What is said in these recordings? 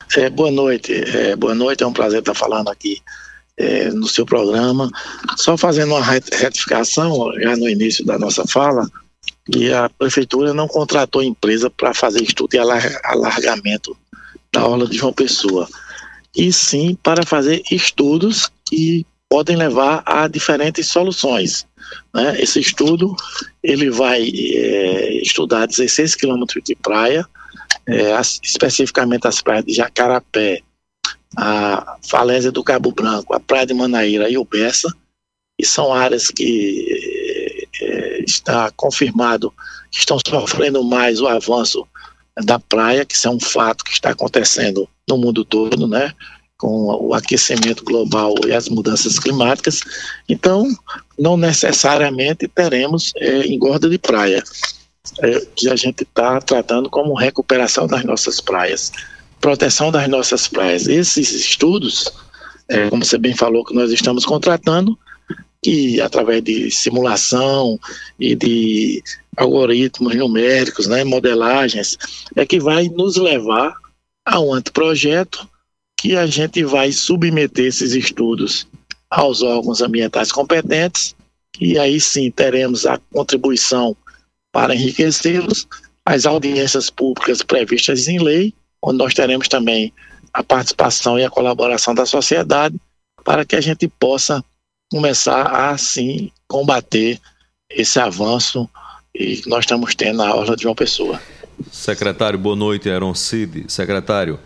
Boa noite, é um prazer estar falando aqui no seu programa. Só fazendo uma retificação, já no início da nossa fala, que a Prefeitura não contratou empresa para fazer estudo de alargamento da orla de João Pessoa, e sim para fazer estudos que podem levar a diferentes soluções, né? Esse estudo ele vai estudar 16 quilômetros de praia, especificamente as praias de Jacarapé, a Falésia do Cabo Branco, a Praia de Manaíra e o Bessa, e são áreas que está confirmado que estão sofrendo mais o avanço da praia, que isso é um fato que está acontecendo no mundo todo, né? Com o aquecimento global e as mudanças climáticas. Então, não necessariamente teremos engorda de praia, que a gente está tratando como recuperação das nossas praias, proteção das nossas praias. Esses estudos, como você bem falou, que nós estamos contratando, que através de simulação e de algoritmos numéricos, né, modelagens, que vai nos levar a um anteprojeto que a gente vai submeter esses estudos aos órgãos ambientais competentes, e aí sim teremos a contribuição para enriquecê-los, as audiências públicas previstas em lei, onde nós teremos também a participação e a colaboração da sociedade, para que a gente possa começar a, sim, combater esse avanço que nós estamos tendo na orla de João Pessoa. Secretário, boa noite, Aaron Cid. Secretário,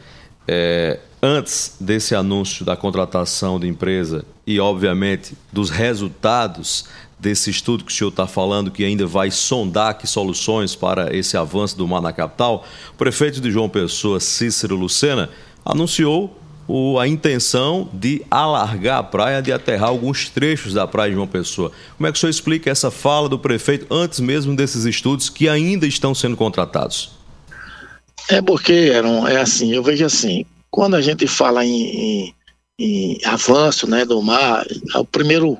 antes desse anúncio da contratação de empresa e, obviamente, dos resultados desse estudo que o senhor está falando, que ainda vai sondar que soluções para esse avanço do mar na capital, o prefeito de João Pessoa, Cícero Lucena, anunciou a intenção de alargar a praia, de aterrar alguns trechos da praia de João Pessoa. Como é que o senhor explica essa fala do prefeito antes mesmo desses estudos que ainda estão sendo contratados? Porque, Aaron, assim, eu vejo assim, quando a gente fala em avanço, né, do mar, a primeira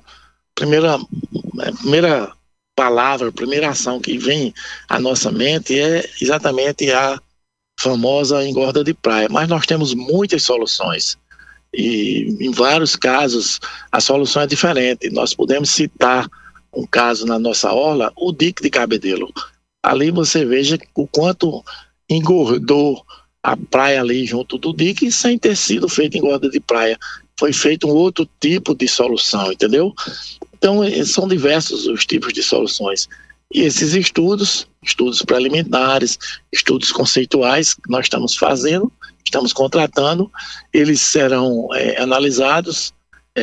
palavra, a primeira ação que vem à nossa mente é exatamente a famosa engorda de praia. Mas nós temos muitas soluções e em vários casos a solução é diferente. Nós podemos citar um caso na nossa orla, o dique de Cabedelo. Ali você veja o quanto engordou a praia ali junto do dique sem ter sido feita engorda de praia. Foi feito um outro tipo de solução, entendeu? Então, são diversos os tipos de soluções. E esses estudos preliminares, estudos conceituais que nós estamos fazendo, estamos contratando, eles serão analisados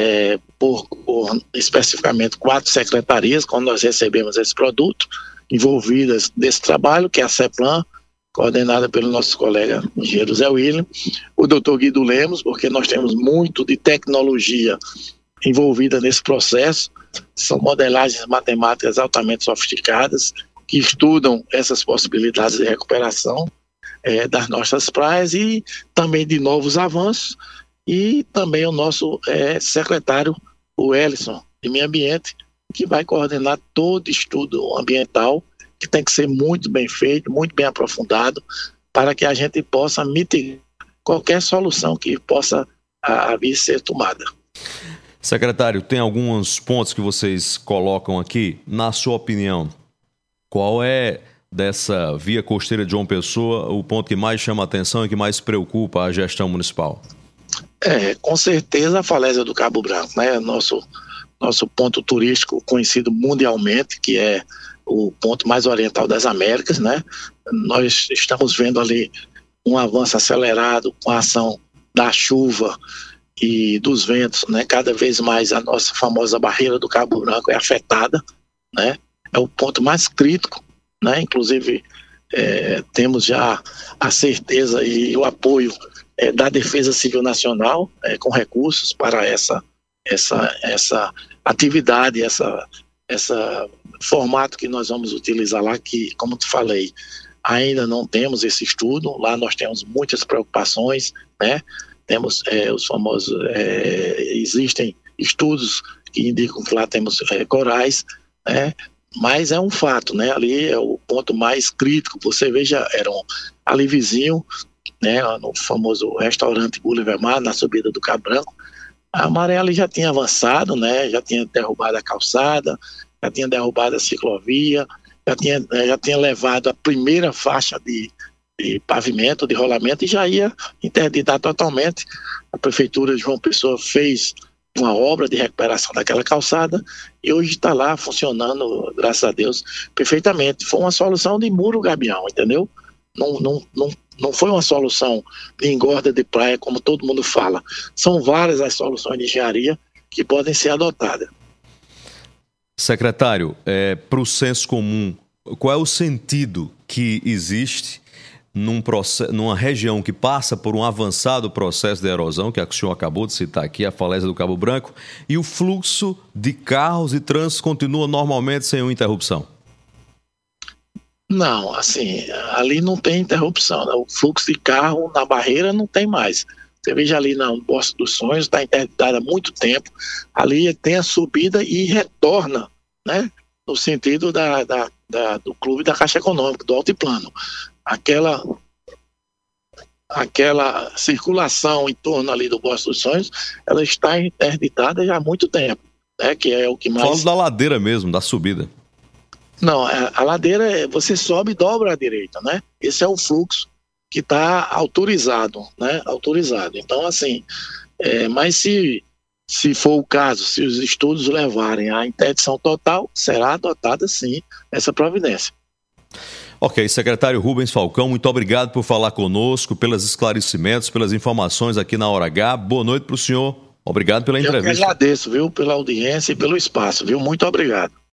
por especificamente 4 secretarias, quando nós recebemos esse produto, envolvidas nesse trabalho, que é a CEPLAN, coordenada pelo nosso colega engenheiro Zé William, o doutor Guido Lemos, porque nós temos muito de tecnologia envolvida nesse processo, são modelagens matemáticas altamente sofisticadas, que estudam essas possibilidades de recuperação das nossas praias e também de novos avanços, e também o nosso secretário, o Ellison, de Meio Ambiente, que vai coordenar todo estudo ambiental, que tem que ser muito bem feito, muito bem aprofundado, para que a gente possa mitigar qualquer solução que possa vir ser tomada. Secretário, tem alguns pontos que vocês colocam aqui. Na sua opinião, qual é dessa via costeira de João Pessoa o ponto que mais chama a atenção e que mais preocupa a gestão municipal? Com certeza a Falésia do Cabo Branco, né? Nosso ponto turístico conhecido mundialmente, que é o ponto mais oriental das Américas, né? Nós estamos vendo ali um avanço acelerado com a ação da chuva e dos ventos, né? Cada vez mais a nossa famosa barreira do Cabo Branco é afetada, né? É o ponto mais crítico, né? Inclusive temos já a certeza e o apoio da Defesa Civil Nacional com recursos para essa atividade, essa formato que nós vamos utilizar lá, que, como te falei, ainda não temos esse estudo. Lá nós temos muitas preocupações, né? Temos os famosos, existem estudos que indicam que lá temos corais, né? Mas é um fato, né? Ali é o ponto mais crítico. Você veja, ali vizinho, né, no famoso restaurante Gulliver Mar, na subida do Cabo Branco, a maré ali já tinha avançado, né, já tinha derrubado a calçada, já tinha derrubado a ciclovia, já tinha levado a primeira faixa de pavimento, de rolamento, e já ia interditar totalmente. A Prefeitura de João Pessoa fez uma obra de recuperação daquela calçada e hoje está lá funcionando, graças a Deus, perfeitamente. Foi uma solução de muro gabião, entendeu? Não foi uma solução de engorda de praia, como todo mundo fala. São várias as soluções de engenharia que podem ser adotadas. Secretário, para o senso comum, qual é o sentido que existe numa região que passa por um avançado processo de erosão, que o senhor acabou de citar aqui, a falésia do Cabo Branco, e o fluxo de carros e trânsito continua normalmente sem uma interrupção? Não, assim, ali não tem interrupção, né? O fluxo de carro na barreira não tem mais. Você veja ali no Poço dos Sonhos, está interditada há muito tempo. Ali tem a subida e retorna, né? No sentido do clube da Caixa Econômica, do Altiplano. Aquela circulação em torno ali do Poço dos Sonhos, ela está interditada já há muito tempo, né? Que é o que mais... Falo da ladeira mesmo, da subida. Não, a ladeira, você sobe e dobra à direita, né? Esse é o fluxo que está autorizado, né? Autorizado. Então, assim, mas se for o caso, se os estudos levarem à interdição total, será adotada, sim, essa providência. Ok, secretário Rubens Falcão, muito obrigado por falar conosco, pelos esclarecimentos, pelas informações aqui na Hora H. Boa noite para o senhor. Obrigado pela entrevista. Eu que agradeço, viu, pela audiência e pelo espaço, viu? Muito obrigado.